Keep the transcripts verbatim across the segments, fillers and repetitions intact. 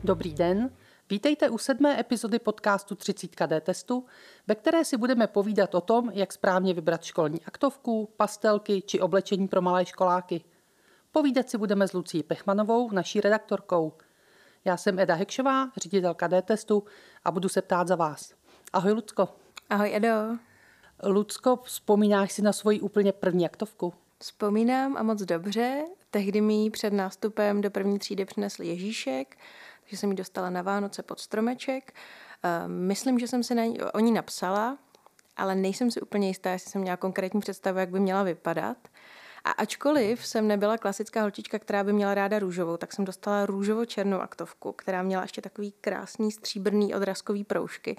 Dobrý den, vítejte u sedmé epizody podcastu třicet D testu, ve které si budeme povídat o tom, jak správně vybrat školní aktovku, pastelky či oblečení pro malé školáky. Povídat si budeme s Lucí Pechmanovou, naší redaktorkou. Já jsem Eda Hekšová, ředitelka D testu a budu se ptát za vás. Ahoj Lucko. Ahoj Edo. Lucko, vzpomínáš si na svoji úplně první aktovku? Vzpomínám a moc dobře. Tehdy mi před nástupem do první třídy přinesl Ježíšek, takže jsem ji dostala na Vánoce pod stromeček. Myslím, že jsem si na ní, o ní napsala, ale nejsem si úplně jistá, jestli jsem měla konkrétní představu, jak by měla vypadat. A ačkoliv jsem nebyla klasická holčička, která by měla ráda růžovou, tak jsem dostala růžovo-černou aktovku, která měla ještě takový krásný stříbrný odrazkový proužky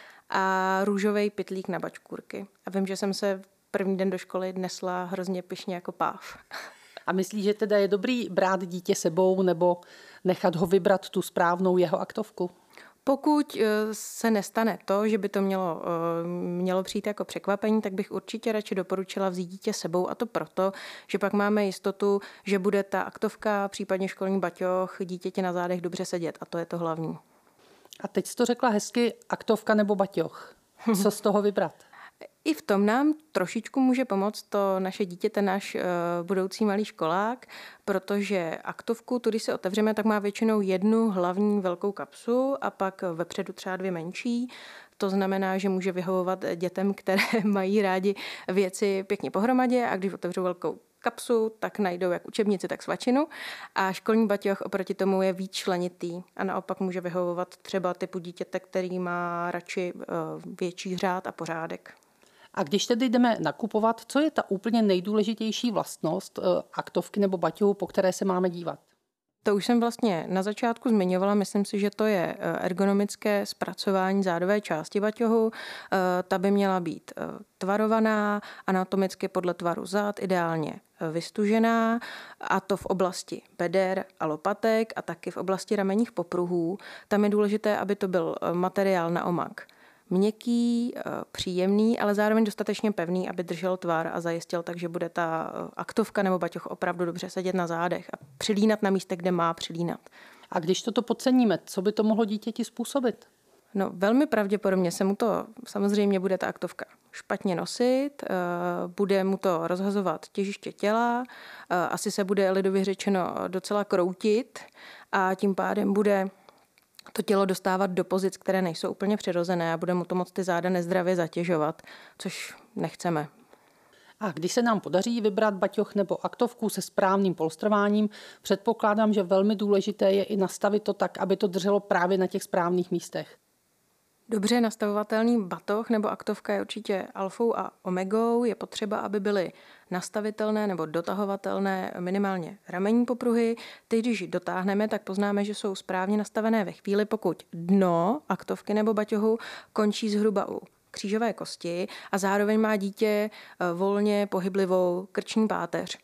a růžový pytlík na bačkůrky. A vím, že jsem se první den do školy nesla hrozně pyšně jako páv. A myslíš, že teda je dobrý brát dítě sebou nebo nechat ho vybrat tu správnou jeho aktovku? Pokud se nestane to, že by to mělo, mělo přijít jako překvapení, tak bych určitě radši doporučila vzít dítě sebou, a to proto, že pak máme jistotu, že bude ta aktovka, případně školní baťoch, dítěti na zádech dobře sedět, a to je to hlavní. A teď jsi to řekla hezky, aktovka nebo baťoch. Co z toho vybrat? I v tom nám trošičku může pomoct to naše dítě, ten náš uh, budoucí malý školák, protože aktovku, tu když se otevřeme, tak má většinou jednu hlavní velkou kapsu a pak vepředu třeba dvě menší. To znamená, že může vyhovovat dětem, které mají rádi věci pěkně pohromadě, a když otevřou velkou kapsu, tak najdou jak učebnici, tak svačinu. A školní baťoch oproti tomu je víc členitý a naopak může vyhovovat třeba typu dítěte, který má radši uh, větší řád a pořádek. A když tedy jdeme nakupovat, co je ta úplně nejdůležitější vlastnost aktovky nebo baťohu, po které se máme dívat? To už jsem vlastně na začátku zmiňovala. Myslím si, že to je ergonomické zpracování zádové části baťohu. Ta by měla být tvarovaná, anatomicky podle tvaru zad, ideálně vystužená, a to v oblasti beder a lopatek a taky v oblasti ramenních popruhů. Tam je důležité, aby to byl materiál na omak měkký, příjemný, ale zároveň dostatečně pevný, aby držel tvar a zajistil tak, že bude ta aktovka nebo baťoch opravdu dobře sedět na zádech a přilínat na místech, kde má přilínat. A když toto podceníme, co by to mohlo dítěti způsobit? No, velmi pravděpodobně se mu to, samozřejmě bude ta aktovka špatně nosit, bude mu to rozhazovat těžiště těla, asi se bude lidově řečeno docela kroutit a tím pádem bude to tělo dostávat do pozic, které nejsou úplně přirozené, a bude mu to moc ty záda nezdravě zatěžovat, což nechceme. A když se nám podaří vybrat baťoch nebo aktovku se správným polstrováním, předpokládám, že velmi důležité je i nastavit to tak, aby to drželo právě na těch správných místech. Dobře nastavovatelný batoh nebo aktovka je určitě alfou a omegou. Je potřeba, aby byly nastavitelné nebo dotahovatelné minimálně ramenní popruhy. Teď, když dotáhneme, tak poznáme, že jsou správně nastavené ve chvíli, pokud dno aktovky nebo baťohu končí zhruba u křížové kosti a zároveň má dítě volně pohyblivou krční páteř.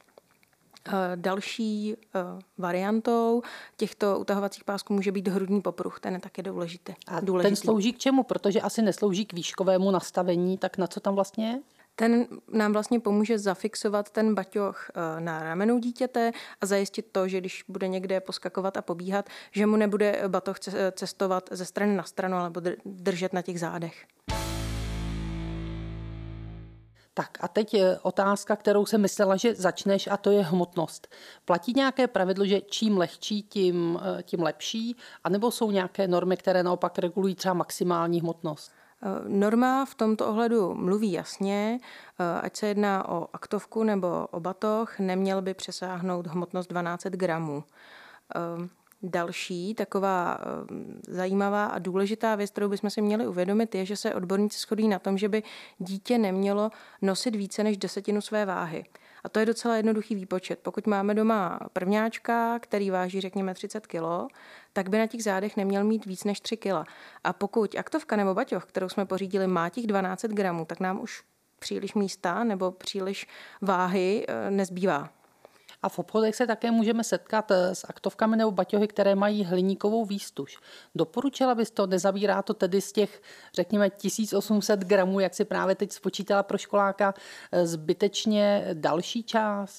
Další variantou těchto utahovacích pásků může být hrudní popruh, ten je taky důležitý. A ten slouží k čemu? Protože asi neslouží k výškovému nastavení, tak na co tam vlastně je? Ten nám vlastně pomůže zafixovat ten baťoch na ramenu dítěte a zajistit to, že když bude někde poskakovat a pobíhat, že mu nebude batoh cestovat ze strany na stranu, ale bude držet na těch zádech. Tak a teď je otázka, kterou jsem myslela, že začneš, a to je hmotnost. Platí nějaké pravidlo, že čím lehčí, tím, tím lepší, anebo jsou nějaké normy, které naopak regulují třeba maximální hmotnost? Norma v tomto ohledu mluví jasně, ať se jedná o aktovku nebo o batoh, neměl by přesáhnout hmotnost dvanáct set gramů. Další taková zajímavá a důležitá věc, kterou bychom si měli uvědomit, je, že se odborníci shodují na tom, že by dítě nemělo nosit více než desetinu své váhy. A to je docela jednoduchý výpočet. Pokud máme doma prvňáčka, který váží řekněme třicet kilo, tak by na těch zádech neměl mít víc než tři kila. A pokud aktovka nebo baťoch, kterou jsme pořídili, má těch dvanáct set gramů, tak nám už příliš místa nebo příliš váhy nezbývá. A v obchodech se také můžeme setkat s aktovkami nebo baťohy, které mají hliníkovou výstuž. Doporučila bys to, nezabírá to tedy z těch, řekněme, tisíc osm set gramů, jak si právě teď spočítala pro školáka, zbytečně další část?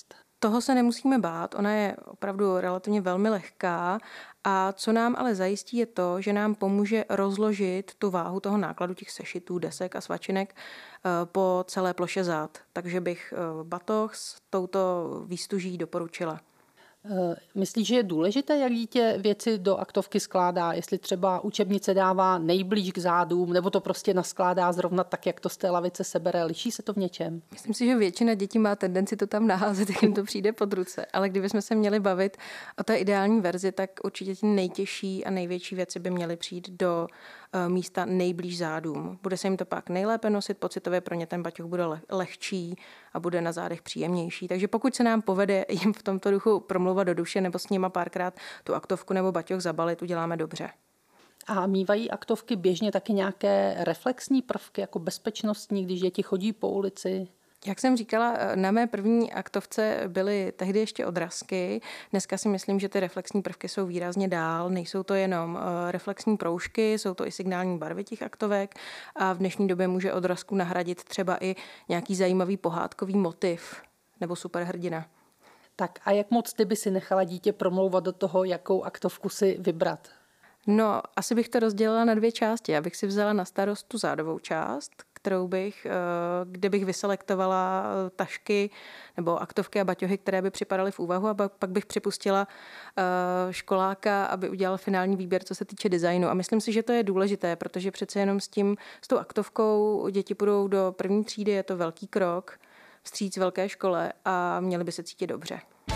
Toho se nemusíme bát, ona je opravdu relativně velmi lehká a co nám ale zajistí je to, že nám pomůže rozložit tu váhu toho nákladu těch sešitů, desek a svačinek po celé ploše zád. Takže bych batoh s touto výstuží doporučila. Myslíš, že je důležité, jak dítě věci do aktovky skládá? Jestli třeba učebnice dává nejblíž k zádům, nebo to prostě naskládá zrovna tak, jak to z té lavice sebere? Liší se to v něčem? Myslím si, že většina dětí má tendenci to tam naházet, jak jim to přijde pod ruce. Ale kdybychom se měli bavit o té ideální verzi, tak určitě ty nejtěžší a největší věci by měly přijít do místa nejblíž zádům. Bude se jim to pak nejlépe nosit, pocitově pro ně ten baťoch bude lehčí a bude na zádech příjemnější. Takže pokud se nám povede jim v tomto duchu promlouvat do duše nebo s nima párkrát tu aktovku nebo baťoch zabalit, uděláme dobře. A mívají aktovky běžně taky nějaké reflexní prvky, jako bezpečnostní, když děti chodí po ulici? Jak jsem říkala, na mé první aktovce byly tehdy ještě odrazky. Dneska si myslím, že ty reflexní prvky jsou výrazně dál. Nejsou to jenom reflexní proužky, jsou to i signální barvy těch aktovek a v dnešní době může odrazku nahradit třeba i nějaký zajímavý pohádkový motiv nebo superhrdina. Tak a jak moc ty by si nechala dítě promlouvat do toho, jakou aktovku si vybrat? No, asi bych to rozdělila na dvě části. Já bych si vzala na starost tu zádovou část, kterou bych, kde bych vyselektovala tašky nebo aktovky a baťohy, které by připadaly v úvahu a pak bych připustila školáka, aby udělal finální výběr, co se týče designu. A myslím si, že to je důležité, protože přece jenom s tím, s tou aktovkou děti půjdou do první třídy, je to velký krok vstříc velké škole a měli by se cítit dobře.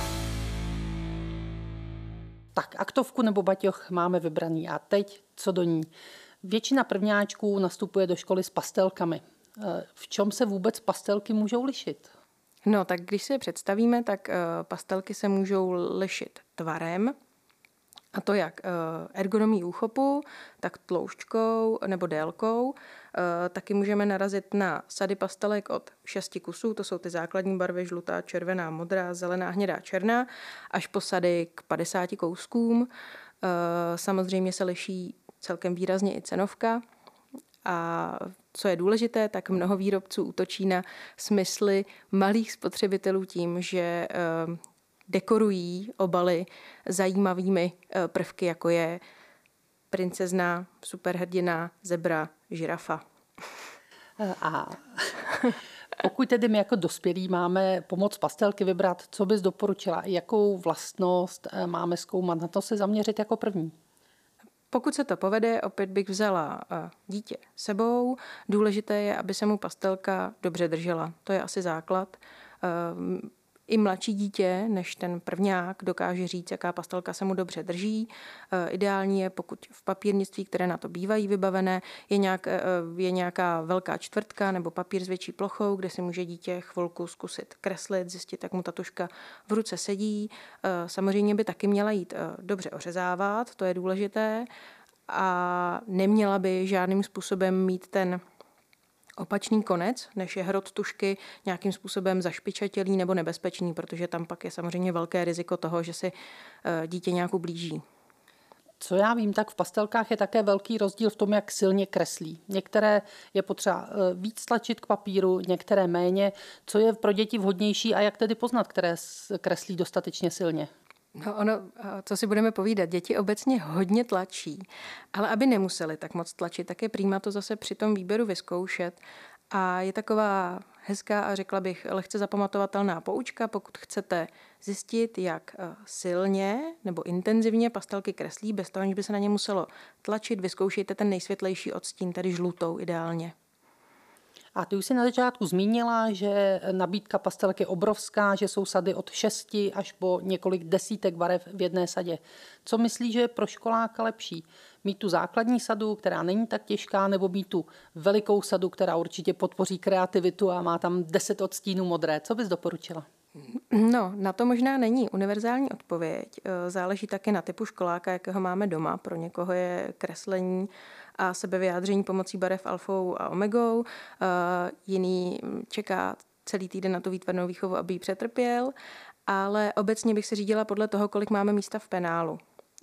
Tak aktovku nebo baťoch máme vybraný a teď co do ní. Většina prvňáčků nastupuje do školy s pastelkami. V čem se vůbec pastelky můžou lišit? No, tak když si je představíme, tak pastelky se můžou lišit tvarem, a to jak ergonomí úchopu, tak tloušťkou nebo délkou. Taky můžeme narazit na sady pastelek od šesti kusů, to jsou ty základní barvy žlutá, červená, modrá, zelená, hnědá, černá, až po sady k padesáti kouskům. Samozřejmě se liší celkem výrazně i cenovka. A co je důležité, tak mnoho výrobců útočí na smysly malých spotřebitelů tím, že dekorují obaly zajímavými prvky, jako je princezna, superhrdina, zebra, žirafa. A pokud tedy my jako dospělí máme pomoct pastelky vybrat, co bys doporučila? Jakou vlastnost máme zkoumat? Na to se zaměřit jako první? Pokud se to povede, opět bych vzala dítě sebou. Důležité je, aby se mu pastelka dobře držela. To je asi základ. I mladší dítě, než ten prvňák, dokáže říct, jaká pastelka se mu dobře drží. Ideální je, pokud v papírnictví, které na to bývají vybavené, je, nějak, je nějaká velká čtvrtka nebo papír s větší plochou, kde si může dítě chvilku zkusit kreslit, zjistit, jak mu ta tužka v ruce sedí. Samozřejmě by taky měla jít dobře ořezávat, to je důležité. A neměla by žádným způsobem mít ten opačný konec, než je hrot tužky, nějakým způsobem zašpičatělý nebo nebezpečný, protože tam pak je samozřejmě velké riziko toho, že si dítě nějak ublíží. Co já vím, tak v pastelkách je také velký rozdíl v tom, jak silně kreslí. Některé je potřeba víc tlačit k papíru, některé méně. Co je pro děti vhodnější a jak tedy poznat, které kreslí dostatečně silně? No ono, co si budeme povídat, děti obecně hodně tlačí, ale aby nemuseli tak moc tlačit, tak je prýma to zase při tom výběru vyzkoušet. A je taková hezká a řekla bych lehce zapamatovatelná poučka, pokud chcete zjistit, jak silně nebo intenzivně pastelky kreslí, bez toho, aniž by se na ně muselo tlačit, vyzkoušejte ten nejsvětlejší odstín, tedy žlutou ideálně. A ty už si na začátku zmínila, že nabídka pastelek je obrovská, že jsou sady od šesti až po několik desítek barev v jedné sadě. Co myslíš, že je pro školáka lepší? Mít tu základní sadu, která není tak těžká, nebo mít tu velikou sadu, která určitě podpoří kreativitu a má tam deset odstínů modré? Co bys doporučila? No, na to možná není univerzální odpověď. Záleží taky na typu školáka, jakého máme doma. Pro někoho je kreslení a sebevyjádření pomocí barev alfou a omegou. Jiný čeká celý týden na tu výtvarnou výchovu, aby ji přetrpěl. Ale obecně bych se řídila podle toho, kolik máme místa v penálu.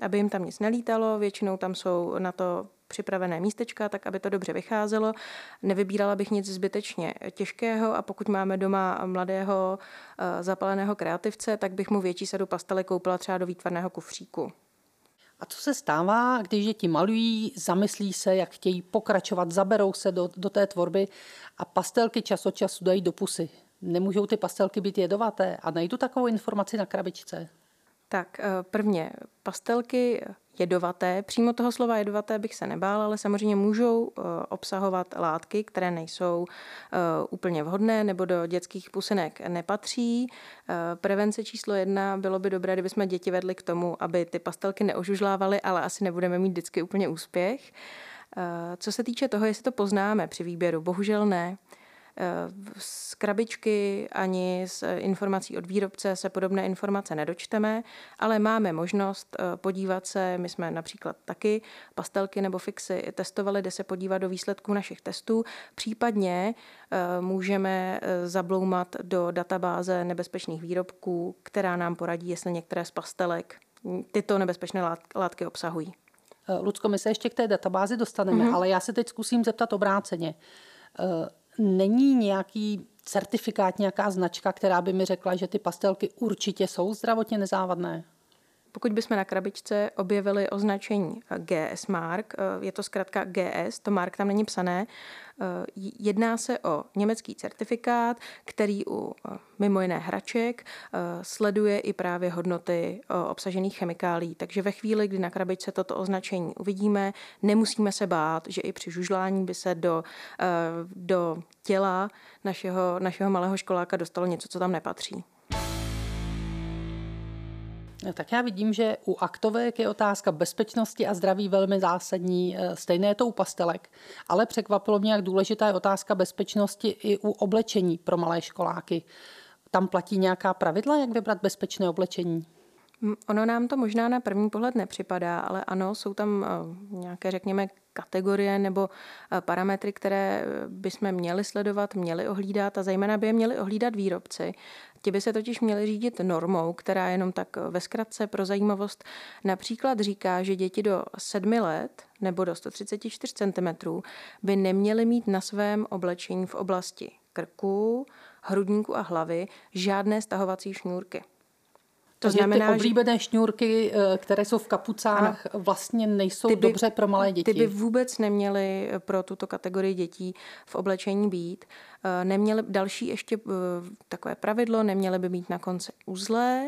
aby jim tam nic nelítalo, většinou tam jsou na to připravené místečka, tak aby to dobře vycházelo. Nevybírala bych nic zbytečně těžkého a pokud máme doma mladého zapaleného kreativce, tak bych mu větší sadu pastelek koupila třeba do výtvarného kufříku. A co se stává, když děti malují, zamyslí se, jak chtějí pokračovat, zaberou se do, do té tvorby a pastelky čas od času dají do pusy? Nemůžou ty pastelky být jedovaté? A najdu takovou informaci na krabičce? Tak prvně pastelky jedovaté, přímo toho slova jedovaté bych se nebála, ale samozřejmě můžou obsahovat látky, které nejsou úplně vhodné nebo do dětských pusinek nepatří. Prevence číslo jedna, bylo by dobré, kdybychom děti vedli k tomu, aby ty pastelky neožužlávaly, ale asi nebudeme mít vždycky úplně úspěch. Co se týče toho, jestli to poznáme při výběru, bohužel ne. Z krabičky ani z informací od výrobce se podobné informace nedočteme, ale máme možnost podívat se, my jsme například taky pastelky nebo fixy testovali, kde se podívat do výsledků našich testů, případně můžeme zabloumat do databáze nebezpečných výrobků, která nám poradí, jestli některé z pastelek tyto nebezpečné látky obsahují. Lucko, my se ještě k té databázi dostaneme, mm-hmm. ale já se teď zkusím zeptat obráceně. Není nějaký certifikát, nějaká značka, která by mi řekla, že ty pastelky určitě jsou zdravotně nezávadné? Pokud bychom na krabičce objevili označení G S Mark, je to zkrátka G S, to Mark tam není psané, jedná se o německý certifikát, který u mimo jiné hraček sleduje i právě hodnoty obsažených chemikálií. Takže ve chvíli, kdy na krabičce toto označení uvidíme, nemusíme se bát, že i při žužlání by se do, do těla našeho, našeho malého školáka dostalo něco, co tam nepatří. Tak já vidím, že u aktovek je otázka bezpečnosti a zdraví velmi zásadní. Stejné je to u pastelek. Ale překvapilo mě, jak důležitá je otázka bezpečnosti i u oblečení pro malé školáky. Tam platí nějaká pravidla, jak vybrat bezpečné oblečení? Ono nám to možná na první pohled nepřipadá, ale ano, jsou tam nějaké, řekněme, kategorie nebo parametry, které bychom měli sledovat, měli ohlídat a zejména by je měli ohlídat výrobci. Ti by se totiž měli řídit normou, která jenom tak ve zkratce pro zajímavost například říká, že děti do sedmi let nebo do sto třicet čtyři centimetrů by neměly mít na svém oblečení v oblasti krku, hrudníku a hlavy žádné stahovací šňůrky. To znamená, ty oblíbené šňůrky, které jsou v kapucách, ano, vlastně nejsou by, dobře pro malé děti. Ty by vůbec neměly pro tuto kategorii dětí v oblečení být. Neměly další ještě takové pravidlo, neměly by mít na konci uzlé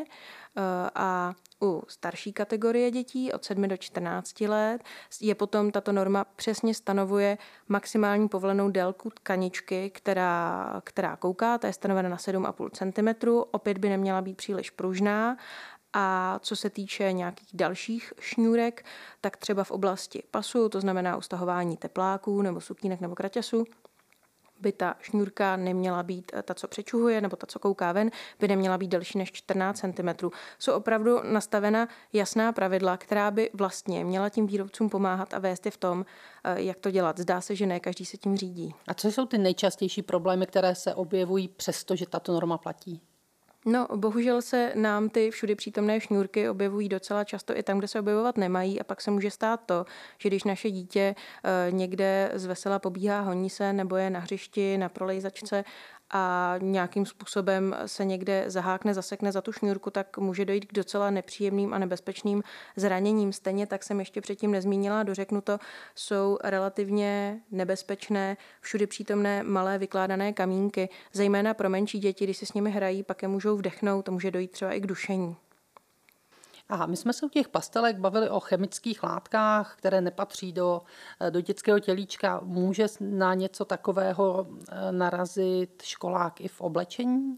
a u starší kategorie dětí od sedmi do čtrnácti let je potom tato norma přesně stanovuje maximální povolenou délku tkaničky, která, která kouká, ta je stanovena na sedm a půl centimetru, opět by neměla být příliš pružná. A co se týče nějakých dalších šňůrek, tak třeba v oblasti pasu, to znamená ustahování tepláků nebo sukínek nebo kraťasů, by ta šňůrka neměla být, ta, co přečuhuje, nebo ta, co kouká ven, by neměla být delší než čtrnáct centimetrů. Jsou opravdu nastavena jasná pravidla, která by vlastně měla tím výrobcům pomáhat a vést je v tom, jak to dělat. Zdá se, že ne každý se tím řídí. A co jsou ty nejčastější problémy, které se objevují přesto, že tato norma platí? No, bohužel se nám ty všudy přítomné šňůrky objevují docela často i tam, kde se objevovat nemají a pak se může stát to, že když naše dítě někde zvesela pobíhá, honí se nebo je na hřišti, na prolejzačce a nějakým způsobem se někde zahákne, zasekne za tu šňůrku, tak může dojít k docela nepříjemným a nebezpečným zraněním. Stejně tak jsem ještě předtím nezmínila, dořeknu to, jsou relativně nebezpečné všudy přítomné malé vykládané kamínky, zejména pro menší děti, když si s nimi hrají, pak je můžou vdechnout, to může dojít třeba i k dušení. Aha, my jsme se u těch pastelek bavili o chemických látkách, které nepatří do, do dětského tělíčka. Může na něco takového narazit školák i v oblečení?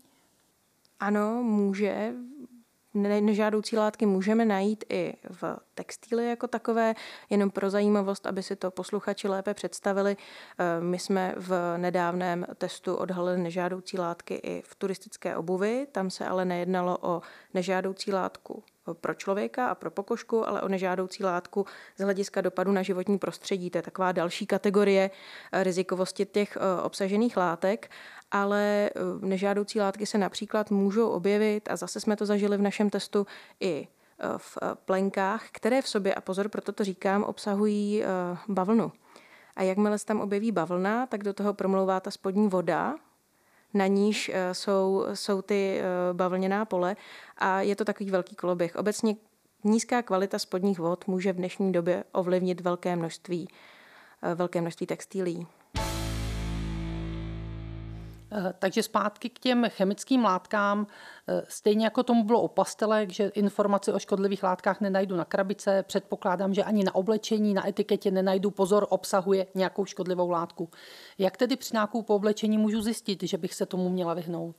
Ano, může. Nežádoucí látky můžeme najít i v textíli jako takové, jenom pro zajímavost, aby si to posluchači lépe představili. My jsme v nedávném testu odhalili nežádoucí látky i v turistické obuvi, tam se ale nejednalo o nežádoucí látku pro člověka a pro pokožku, ale o nežádoucí látku z hlediska dopadu na životní prostředí. To je taková další kategorie rizikovosti těch obsažených látek, ale nežádoucí látky se například můžou objevit, a zase jsme to zažili v našem testu, i v plenkách, které v sobě, a pozor, proto to říkám, obsahují bavlnu. A jakmile se tam objeví bavlna, tak do toho promlouvá ta spodní voda, na níž jsou, jsou ty bavlněná pole a je to takový velký koloběh. Obecně nízká kvalita spodních vod může v dnešní době ovlivnit velké množství, velké množství textilí. Takže zpátky k těm chemickým látkám. Stejně jako tomu bylo u pastelek, že informace o škodlivých látkách nenajdu na krabice, předpokládám, že ani na oblečení, na etiketě nenajdu pozor, obsahuje nějakou škodlivou látku. Jak tedy při nákupu oblečení můžu zjistit, že bych se tomu měla vyhnout?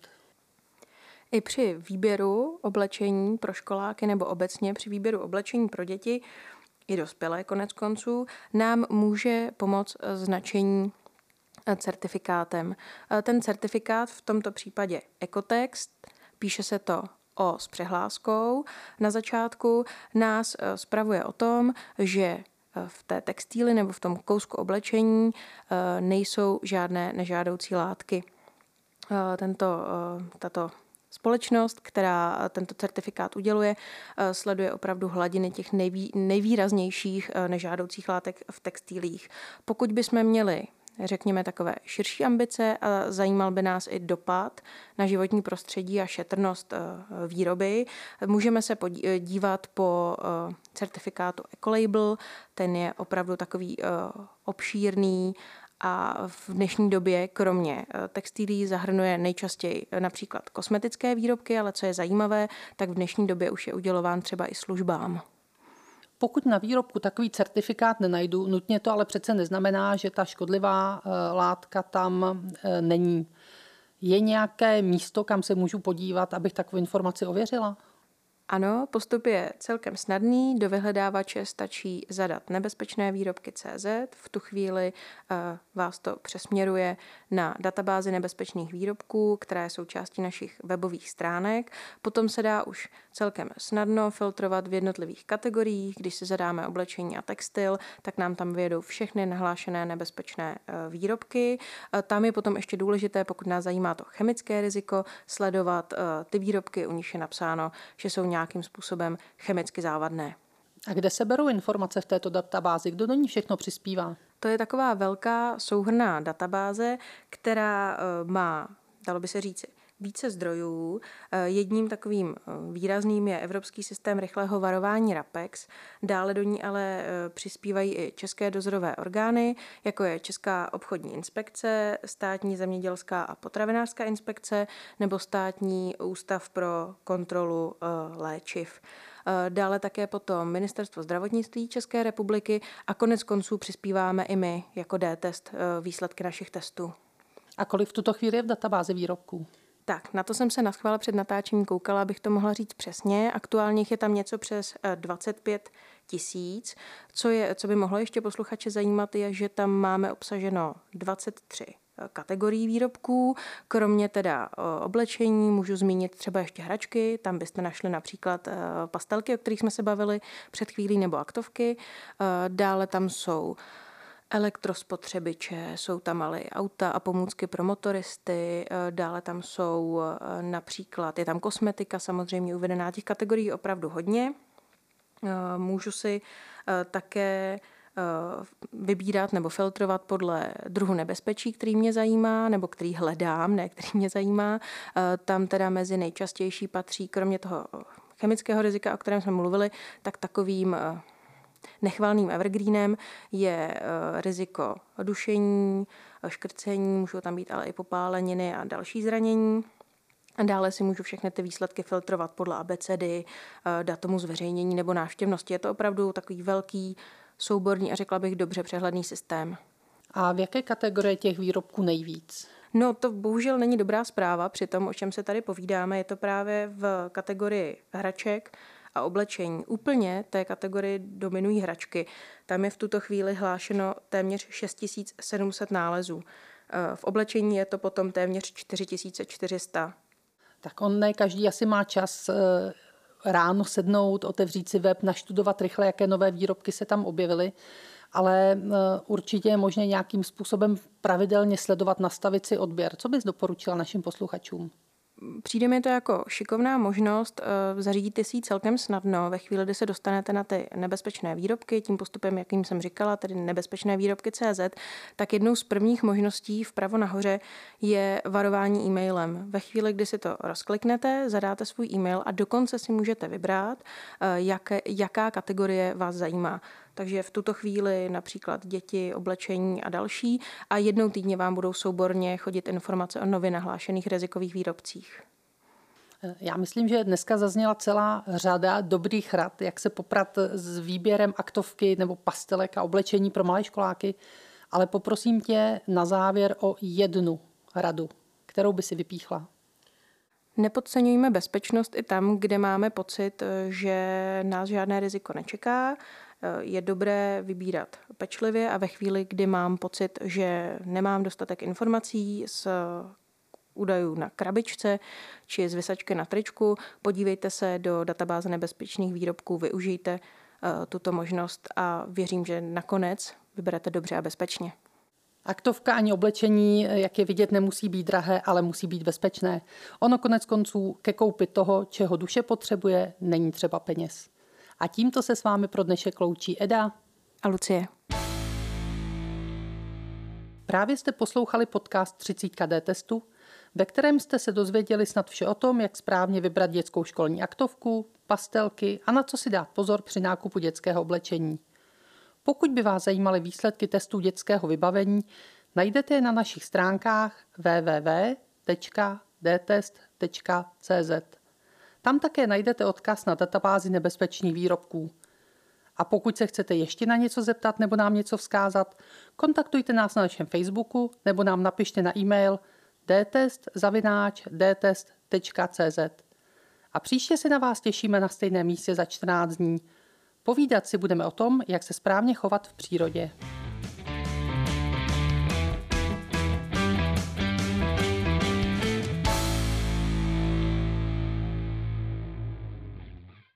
I při výběru oblečení pro školáky nebo obecně při výběru oblečení pro děti i dospělé konec konců nám může pomoct značení certifikátem. Ten certifikát v tomto případě Ekotext, píše se to O s přehláskou. Na začátku nás spravuje o tom, že v té textíli nebo v tom kousku oblečení nejsou žádné nežádoucí látky. Tento, tato společnost, která tento certifikát uděluje, sleduje opravdu hladiny těch nejvý, nejvýraznějších nežádoucích látek v textilích. Pokud bychom měli řekněme takové širší ambice a zajímal by nás i dopad na životní prostředí a šetrnost výroby, můžeme se podívat po certifikátu Ecolabel, ten je opravdu takový obšírný a v dnešní době kromě textilí zahrnuje nejčastěji například kosmetické výrobky, ale co je zajímavé, tak v dnešní době už je udělován třeba i službám. Pokud na výrobku takový certifikát nenajdu, nutně to ale přece neznamená, že ta škodlivá látka tam není. Je nějaké místo, kam se můžu podívat, abych takovou informaci ověřila? Ano, postup je celkem snadný. Do vyhledávače stačí zadat nebezpečné výrobky tečka cé zet. V tu chvíli uh, vás to přesměruje na databázi nebezpečných výrobků, která je součástí našich webových stránek. Potom se dá už celkem snadno filtrovat v jednotlivých kategoriích. Když si zadáme oblečení a textil, tak nám tam vyjedou všechny nahlášené nebezpečné uh, výrobky. Uh, tam je potom ještě důležité, pokud nás zajímá to chemické riziko, sledovat uh, ty výrobky, u nich je napsáno, že jsou nějakým způsobem chemicky závadné. A kde se berou informace v této databázi? Kdo do ní všechno přispívá? To je taková velká souhrnná databáze, která má, dalo by se říci, více zdrojů. Jedním takovým výrazným je Evropský systém rychlého varování RAPEX. Dále do ní ale přispívají i české dozorové orgány, jako je Česká obchodní inspekce, Státní zemědělská a potravinářská inspekce nebo Státní ústav pro kontrolu léčiv. Dále také potom Ministerstvo zdravotnictví České republiky a konec konců přispíváme i my jako D-test výsledky našich testů. A kolik v tuto chvíli je v databázi výrobků? Tak, na to jsem se naschvál před natáčením koukala, abych to mohla říct přesně. Aktuálně je tam něco přes dvacet pět tisíc. Co, je, co by mohlo ještě posluchače zajímat, je, že tam máme obsaženo dvacet tři kategorií výrobků. Kromě teda oblečení můžu zmínit třeba ještě hračky. Tam byste našli například pastelky, o kterých jsme se bavili před chvílí, nebo aktovky. Dále tam jsou elektrospotřebiče, jsou tam ale i auta a pomůcky pro motoristy, dále tam jsou například, je tam kosmetika samozřejmě uvedená, těch kategorií je opravdu hodně. Můžu si také vybírat nebo filtrovat podle druhu nebezpečí, který mě zajímá, nebo který hledám, ne který mě zajímá. Tam teda mezi nejčastější patří, kromě toho chemického rizika, o kterém jsme mluvili, tak takovým nechvalným evergreenem je riziko dušení, škrcení, můžou tam být ale i popáleniny a další zranění. A dále si můžu všechny ty výsledky filtrovat podle abecedy, datumu zveřejnění nebo návštěvnosti. Je to opravdu takový velký, souborný a řekla bych dobře přehledný systém. A v jaké kategorii těch výrobků nejvíc? No to bohužel není dobrá zpráva při tom, o čem se tady povídáme. Je to právě v kategorii hraček a oblečení. Úplně té kategorii dominují hračky. Tam je v tuto chvíli hlášeno téměř šest tisíc sedm set nálezů. V oblečení je to potom téměř čtyři tisíce čtyři sta. Tak on ne každý asi má čas ráno sednout, otevřít si web, naštudovat rychle, jaké nové výrobky se tam objevily, ale určitě je možné nějakým způsobem pravidelně sledovat, nastavit si odběr. Co bys doporučila našim posluchačům? Přijde mi to jako šikovná možnost, zařídíte si ji celkem snadno ve chvíli, kdy se dostanete na ty nebezpečné výrobky, tím postupem, jakým jsem říkala, tedy nebezpečné výrobky tečka cé zet, tak jednou z prvních možností vpravo nahoře je varování e-mailem. Ve chvíli, kdy si to rozkliknete, zadáte svůj e-mail a dokonce si můžete vybrat, jak, jaká kategorie vás zajímá. Takže v tuto chvíli například děti, oblečení a další a jednou týdně vám budou souborně chodit informace o nově nahlášených rizikových výrobcích. Já myslím, že dneska zazněla celá řada dobrých rad, jak se poprat s výběrem aktovky nebo pastelek a oblečení pro malé školáky, ale poprosím tě na závěr o jednu radu, kterou by si vypíchla. Nepodceňujme bezpečnost i tam, kde máme pocit, že nás žádné riziko nečeká. Je dobré vybírat pečlivě a ve chvíli, kdy mám pocit, že nemám dostatek informací z údajů na krabičce či z visačky na tričku, podívejte se do databáze nebezpečných výrobků, využijte tuto možnost a věřím, že nakonec vyberete dobře a bezpečně. Aktovka ani oblečení, jak je vidět, nemusí být drahé, ale musí být bezpečné. Ono konec konců ke koupi toho, čeho duše potřebuje, není třeba peněz. A tímto se s vámi pro dnešek loučí Eda a Lucie. Právě jste poslouchali podcast třicet D testu, ve kterém jste se dozvěděli snad vše o tom, jak správně vybrat dětskou školní aktovku, pastelky a na co si dát pozor při nákupu dětského oblečení. Pokud by vás zajímaly výsledky testů dětského vybavení, najdete je na našich stránkách w w w tečka d test tečka c z. Tam také najdete odkaz na databázi nebezpečných výrobků. A pokud se chcete ještě na něco zeptat nebo nám něco vzkázat, kontaktujte nás na našem Facebooku nebo nám napište na e-mail d test zavináč d test tečka c z. A příště se na vás těšíme na stejném místě za čtrnáct dní. Povídat si budeme o tom, jak se správně chovat v přírodě.